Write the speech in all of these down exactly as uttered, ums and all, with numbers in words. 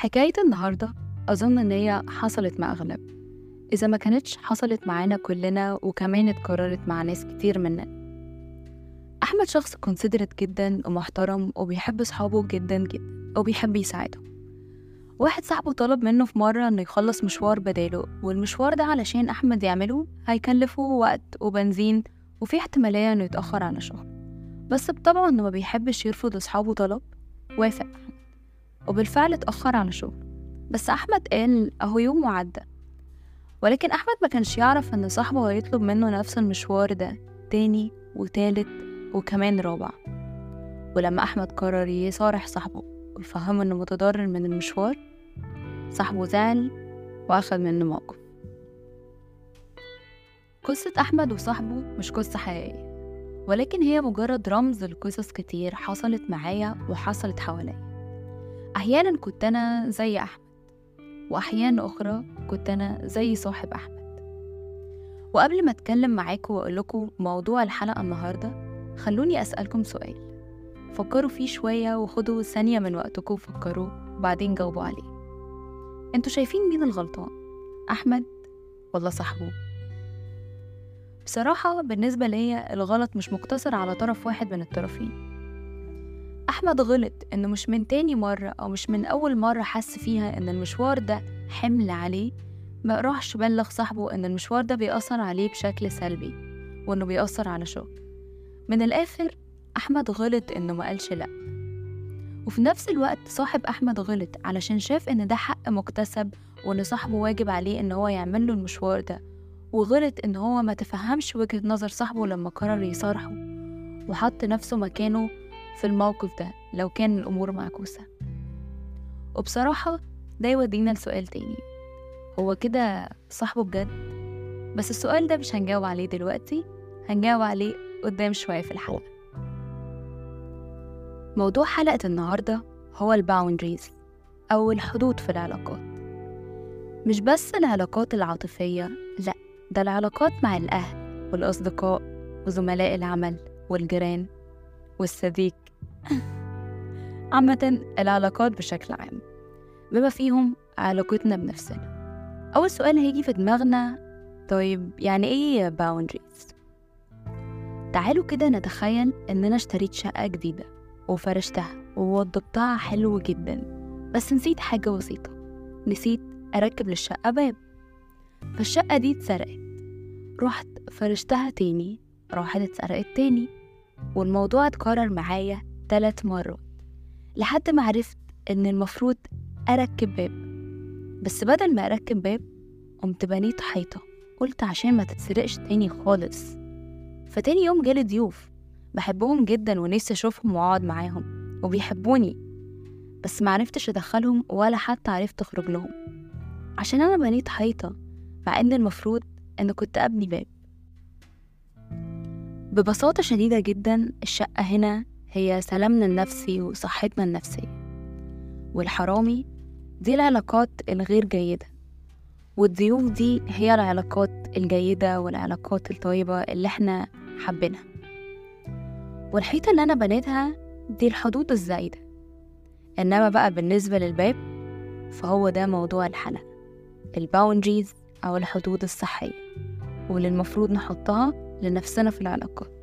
حكاية النهاردة أظن إن هي حصلت مع أغلب، إذا ما كانتش حصلت معانا كلنا وكمان اتكررت مع ناس كتير مننا. أحمد شخص كونسيدرت جدا ومحترم وبيحب صحابه جدا جدا وبيحب يساعدهم. واحد صاحبه طلب منه في مرة إنه يخلص مشوار بداله، والمشوار ده علشان أحمد يعمله هيكلفه وقت وبنزين وفي احتمالية إنه يتأخر على شغل، بس بطبعه إنه ما بيحبش يرفض لصحابه طلب. وافق وبالفعل اتأخر على شغل، بس أحمد قال أهو يوم وعدى. ولكن أحمد ما كانش يعرف إن صاحبه هيطلب منه نفس المشوار ده تاني وتالت وكمان رابع. ولما أحمد قرر يصارح صاحبه ويفهمه إنه متضرر من المشوار، صاحبه زعل وأخد منه موقف. قصة أحمد وصاحبه مش قصة حقيقية، ولكن هي مجرد رمز لقصص كتير حصلت معايا وحصلت حواليا. أحيانا كنت أنا زي أحمد، وأحيان أخرى كنت أنا زي صاحب أحمد. وقبل ما أتكلم معاكم وأقولكم موضوع الحلقة النهاردة، خلوني أسألكم سؤال فكروا فيه شوية وخدوا ثانية من وقتكم وفكروا وبعدين جاوبوا عليه. انتوا شايفين مين الغلطان، أحمد ولا صاحبه؟ بصراحة بالنسبة ليا الغلط مش مقتصر على طرف واحد من الطرفين. أحمد غلط إنه مش من تاني مرة أو مش من أول مرة حس فيها إن المشوار ده حمل عليه ما راحش بلغ صاحبه إن المشوار ده بيأثر عليه بشكل سلبي وإنه بيأثر على شغل. من الآخر أحمد غلط إنه ما قالش لأ. وفي نفس الوقت صاحب أحمد غلط علشان شاف إن ده حق مكتسب وإن صاحبه واجب عليه إن هو يعمل له المشوار ده، وغلط إن هو ما تفهمش وجهة نظر صاحبه لما قرر يصارحه وحط نفسه مكانه في الموقف ده لو كان الأمور معكوسة. وبصراحة ده يودينا لسؤال تاني، هو كده صاحبه بجد؟ بس السؤال ده مش هنجاوب عليه دلوقتي، هنجاوب عليه قدام شوية في الحلقة. موضوع حلقة النهاردة هو الباوندريز أو الحدود في العلاقات. مش بس العلاقات العاطفية، لأ، ده العلاقات مع الأهل والأصدقاء وزملاء العمل والجيران والصديق عامة العلاقات بشكل عام، بما فيهم علاقتنا بنفسنا. أول سؤال هيجي في دماغنا، طيب يعني إيه boundaries؟ تعالوا كده نتخيل إننا اشتريت شقة جديدة وفرشتها ووضبتها حلو جدا، بس نسيت حاجة بسيطة، نسيت أركب للشقة باب. فالشقة دي اتسرقت، رحت فرشتها تاني، راحت اتسرقت تاني، والموضوع اتكرر معايا ثلاث مرات لحد ما عرفت إن المفروض أركب باب. بس بدل ما أركب باب قمت بنيت حيطة، قلت عشان ما تتسرقش تاني خالص. فتاني يوم جالي ضيوف بحبهم جدا ونفسي أشوفهم وأقعد معاهم وبيحبوني، بس معرفتش أدخلهم ولا حتى عرفت أخرج لهم عشان أنا بنيت حيطة، مع إن المفروض إن كنت أبني باب. ببساطة شديدة جدا الشقة هنا هي سلامنا النفسي وصحتنا النفسية، والحرامي دي العلاقات الغير جيدة، والضيوف دي هي العلاقات الجيدة والعلاقات الطيبة اللي احنا حابينها. والحيطة اللي أنا بنيتها دي الحدود الزايدة. إنما بقى بالنسبة للباب فهو ده موضوع الحلقة، الباوندريز أو الحدود الصحية واللي المفروض نحطها لنفسنا في العلاقات.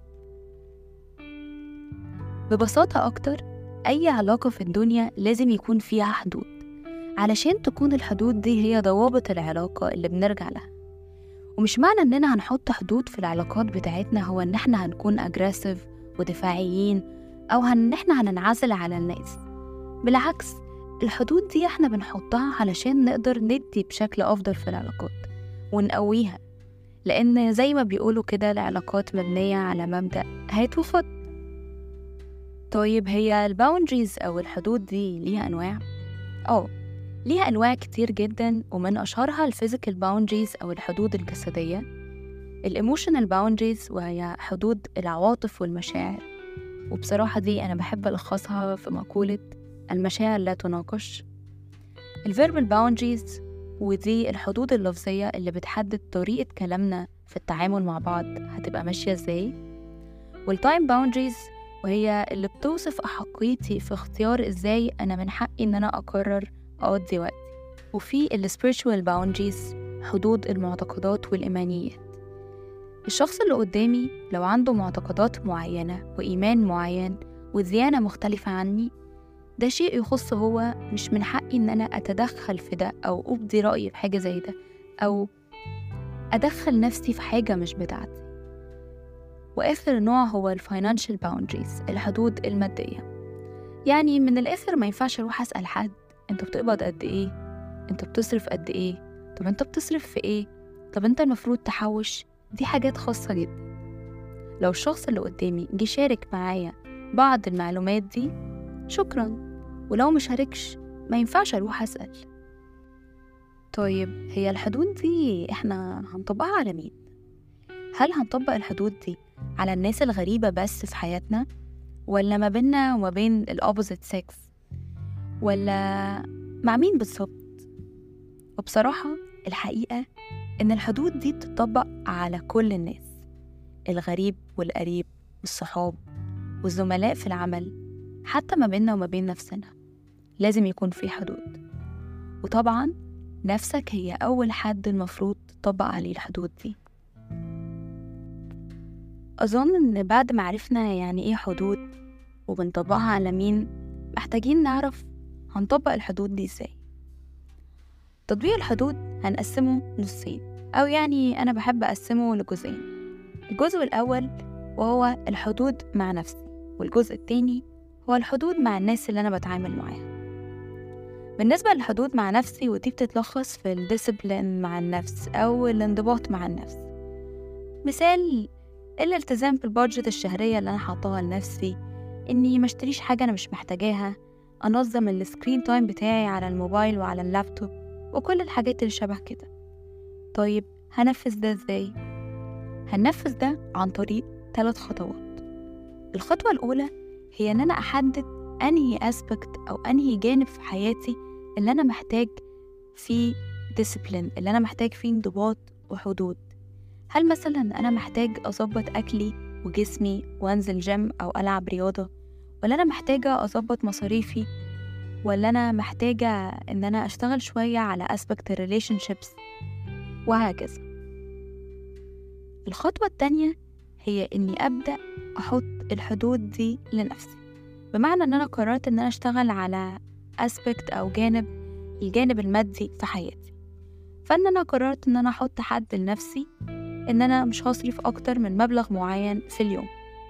ببساطة أكتر، أي علاقة في الدنيا لازم يكون فيها حدود، علشان تكون الحدود دي هي ضوابط العلاقة اللي بنرجع لها. ومش معنى إننا هنحط حدود في العلاقات بتاعتنا هو إن احنا هنكون أجريسيف ودفاعيين أو إن احنا هننعزل على الناس. بالعكس، الحدود دي احنا بنحطها علشان نقدر ندي بشكل أفضل في العلاقات ونقويها، لأن زي ما بيقولوا كده العلاقات مبنية على مبدأ هات وخد. طيب هي الباوندريز أو الحدود دي ليها أنواع؟ أوه ليها أنواع كتير جدا، ومن أشهرها الفيزيكال باوندريز أو الحدود الجسدية، الإيموشنال باوندريز وهي حدود العواطف والمشاعر، وبصراحة دي أنا بحب ألخصها في مقولة المشاعر لا تناقش. الفيربال باوندريز ودي الحدود اللفظية اللي بتحدد طريقة كلامنا في التعامل مع بعض هتبقى ماشية ازاي. والتايم باوندريز وهي اللي بتوصف أحقيتي في اختيار ازاي أنا من حقي إن أنا أقرر أقضي وقتي. وفي ال spiritual boundaries، حدود المعتقدات والإيمانيات. الشخص اللي قدامي لو عنده معتقدات معينة وإيمان معين وديانة مختلفة عني، ده شيء يخص هو، مش من حقي إن أنا أتدخل في ده أو أبدي رأيي في حاجة زي ده أو أدخل نفسي في حاجة مش بتاعتي. وآخر نوع هو ال financial boundaries، الحدود المادية. يعني من الآخر ما ينفعش أروح أسأل حد أنت بتقبض قد إيه؟ أنت بتصرف قد إيه؟ طب أنت بتصرف في إيه؟ طب أنت المفروض تحوش. دي حاجات خاصة جدا. لو الشخص اللي قدامي جه شارك معايا بعض المعلومات دي، شكرا. ولو مشاركش ما ينفعش أروح أسأل. طيب هي الحدود دي إحنا هنطبقها على مين؟ هل هنطبق الحدود دي على الناس الغريبة بس في حياتنا، ولا ما بيننا وما بين الأوبوزيت سيكس، ولا مع مين بالظبط؟ وبصراحة الحقيقة إن الحدود دي بتطبق على كل الناس، الغريب والقريب والصحاب والزملاء في العمل، حتى ما بيننا وما بين نفسنا لازم يكون في حدود. وطبعا نفسك هي أول حد المفروض تطبق عليه الحدود دي. أظن إن بعد ما عرفنا يعني إيه حدود وبنطبقها على مين، محتاجين نعرف هنطبق الحدود دي إزاي. تطبيق الحدود هنقسمه نصين، أو يعني أنا بحب أقسمه لجزئين. الجزء الأول وهو الحدود مع نفسي، والجزء التاني هو الحدود مع الناس اللي أنا بتعامل معاها. بالنسبة للحدود مع نفسي، ودي بتتلخص في الديسبلين مع النفس أو الانضباط مع النفس. مثال الالتزام بالبادجت الشهرية اللي أنا حاطاها لنفسي، إني ما اشتريش حاجة أنا مش محتاجاها، أنظم السكرين تايم بتاعي على الموبايل وعلى اللابتوب وكل الحاجات اللي شبه كده. طيب هنفذ ده إزاي؟ هننفذ ده عن طريق ثلاث خطوات. الخطوة الأولى هي إن أنا أحدد أنهي أسبكت أو أنهي جانب في حياتي اللي أنا محتاج فيه ديسبلين، اللي أنا محتاج فيه انضباط وحدود. هل مثلا أنا محتاج أظبط أكلي وجسمي وأنزل جيم أو ألعب رياضة، ولا أنا محتاجة أظبط مصاريفي، ولا أنا محتاجة إن أنا أشتغل شوية على أسبكت relationships، وهكذا. الخطوة التانية هي إني أبدأ أحط الحدود دي لنفسي، بمعنى إن أنا قررت إن أنا أشتغل على أسبكت أو جانب الجانب المادي في حياتي، فإن أنا قررت إن أنا أحط حد لنفسي إن أنا مش هصرف أكتر من مبلغ معين في اليوم.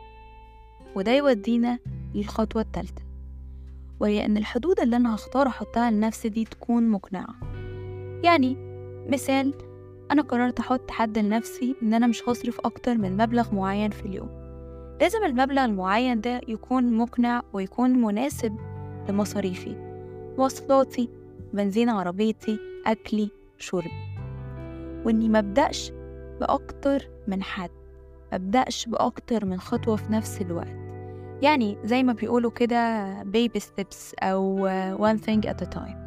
وده يودينا للخطوة الثالثة، وهي إن الحدود اللي أنا هختار أحطها لنفسي دي تكون مقنعة. يعني مثال، أنا قررت أحط حد لنفسي إن أنا مش هصرف أكتر من مبلغ معين في اليوم. لازم المبلغ المعين ده يكون مقنع ويكون مناسب لمصاريفي، مواصلاتي، بنزين عربيتي، أكلي، شربي. وإني مبدأش بأكتر من حد، مبدأش بأكتر من خطوة في نفس الوقت. يعني زي ما بيقولوا كده baby steps أو one thing at a time.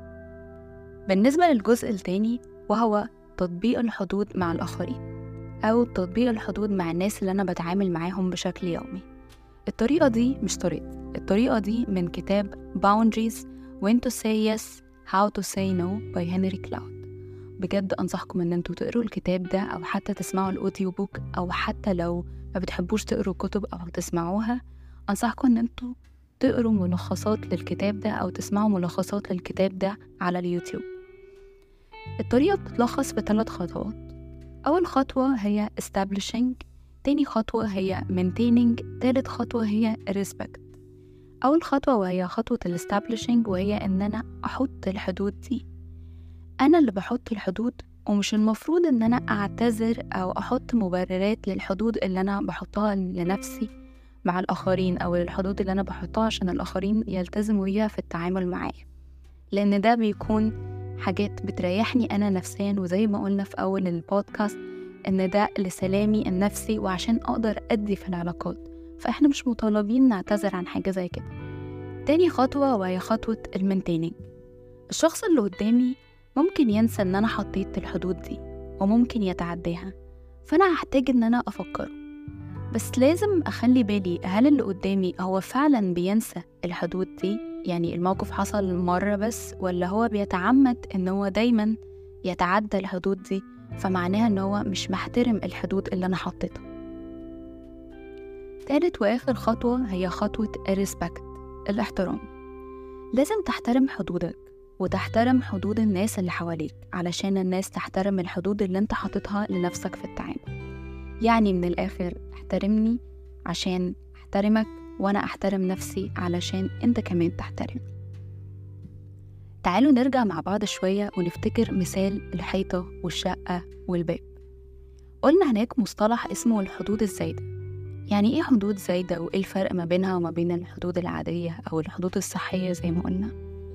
بالنسبة للجزء التاني وهو تطبيق الحدود مع الآخرين، أو تطبيق الحدود مع الناس اللي أنا بتعامل معاهم بشكل يومي. الطريقة دي مش طريقتي، الطريقة دي من كتاب Boundaries When to Say Yes How to Say No by هنري كلاود. بجد أنصحكم إن انتوا تقروا الكتاب ده، أو حتى تسمعوا الأوديو بوك، أو حتى لو ما بتحبوش تقروا كتب أو تسمعوها، أنصحكم إن انتوا تقروا ملخصات للكتاب ده أو تسمعوا ملخصات للكتاب ده على اليوتيوب. الطريقة بتتلخص في ثلاث خطوات. أول خطوة هي establishing، تاني خطوة هي maintaining، تالت خطوة هي respect. أول خطوة وهي خطوة establishing، وهي إن أنا أحط الحدود دي. أنا اللي بحط الحدود، ومش المفروض إن أنا أعتذر أو أحط مبررات للحدود اللي أنا بحطها لنفسي مع الآخرين، أو الحدود اللي أنا بحطها عشان الآخرين يلتزموا بيها في التعامل معايا، لأن ده بيكون حاجات بتريحني أنا نفسيا، وزي ما قلنا في أول البودكاست إن ده لسلامي النفسي وعشان أقدر أدي في العلاقات، فإحنا مش مطالبين نعتذر عن حاجة زي كده. تاني خطوة وهي خطوة المينتيننج. الشخص اللي قدامي ممكن ينسى إن أنا حطيت الحدود دي وممكن يتعداها، فأنا هحتاج إن أنا أفكره، بس لازم أخلي بالي هل اللي قدامي هو فعلا بينسى الحدود دي يعني الموقف حصل مرة بس، ولا هو بيتعمد إن هو دايما يتعدى الحدود دي، فمعناها إن هو مش محترم الحدود اللي أنا حطيتها. تالت وآخر خطوة هي خطوة الريسبكت، الاحترام. لازم تحترم حدودك وتحترم حدود الناس اللي حواليك، علشان الناس تحترم الحدود اللي انت حاططها لنفسك في التعامل. يعني من الآخر احترمني عشان احترمك، وانا احترم نفسي علشان انت كمان تحترم. تعالوا نرجع مع بعض شوية ونفتكر مثال الحيطة والشقة والباب. قلنا هناك مصطلح اسمه الحدود الزايدة. يعني ايه حدود زايدة وايه الفرق ما بينها وما بين الحدود العادية او الحدود الصحية زي ما قلنا؟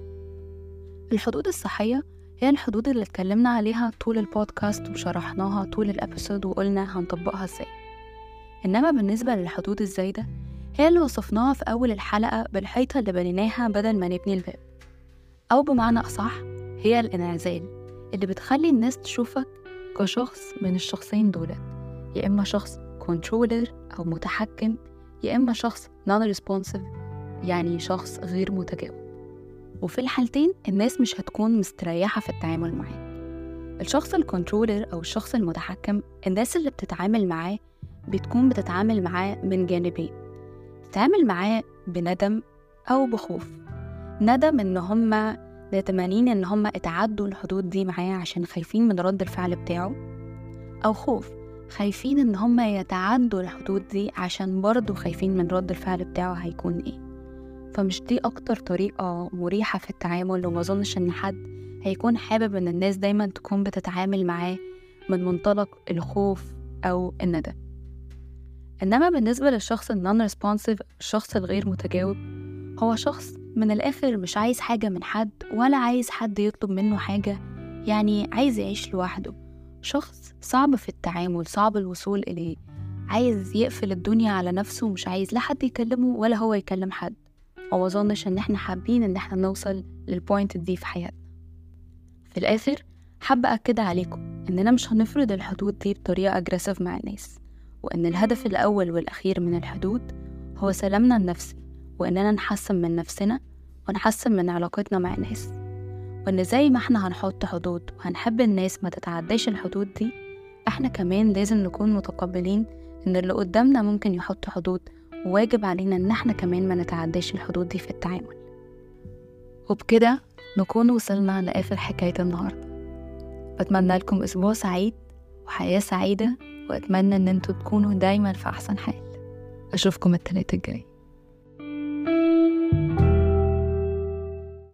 الحدود الصحية هي الحدود اللي اتكلمنا عليها طول البودكاست وشرحناها طول الابيسود وقلنا هنطبقها ازاي. انما بالنسبة للحدود الزايدة هي اللي وصفناها في اول الحلقة بالحيطة اللي بنيناها بدل ما نبني الباب، او بمعنى اصح هي الانعزال اللي بتخلي الناس تشوفك كشخص من الشخصين دولت، يا اما شخص كنترولر او متحكم، يا اما شخص non responsive يعني شخص غير متجاوب. وفي الحالتين الناس مش هتكون مستريحة في التعامل معاه. الشخص الكنترولر أو الشخص المتحكم، الناس اللي بتتعامل معاه بتكون بتتعامل معاه من جانبين، بتتعامل معاه بندم أو بخوف. ندم إن هم ندمانين إن هم اتعدوا الحدود دي معاه عشان خايفين من رد الفعل بتاعه، أو خوف خايفين إن هم يتعدوا الحدود دي عشان برضو خايفين من رد الفعل بتاعه هيكون إيه. فمش دي أكتر طريقة مريحة في التعامل، وما أظنش إن حد هيكون حابب إن الناس دايما تكون بتتعامل معاه من منطلق الخوف أو الندم. إنما بالنسبة للشخص النون ريسبونسيف، الشخص الغير متجاوب، هو شخص من الآخر مش عايز حاجة من حد ولا عايز حد يطلب منه حاجة، يعني عايز يعيش لوحده. شخص صعب في التعامل، صعب الوصول إليه، عايز يقفل الدنيا على نفسه ومش عايز لا حد يكلمه ولا هو يكلم حد. وما أظنش إن إحنا حابين إن إحنا نوصل للبوينت دي في حياتنا. في الآخر حابة أكد عليكم إننا مش هنفرض الحدود دي بطريقة أجريسيف مع الناس، وإن الهدف الأول والأخير من الحدود هو سلامنا النفسي، وإننا نحسن من نفسنا ونحسن من علاقتنا مع الناس، وإن زي ما إحنا هنحط حدود وهنحب الناس ما تتعداش الحدود دي، إحنا كمان لازم نكون متقبلين إن اللي قدامنا ممكن يحط حدود، وواجب علينا إن إحنا كمان ما نتعداش الحدود دي في التعامل. وبكده نكون وصلنا لآخر حكاية النهاردة. بتمنى لكم أسبوع سعيد وحياة سعيدة، وأتمنى إن انتوا تكونوا دايما في أحسن حال. أشوفكم التلاتة الجاي.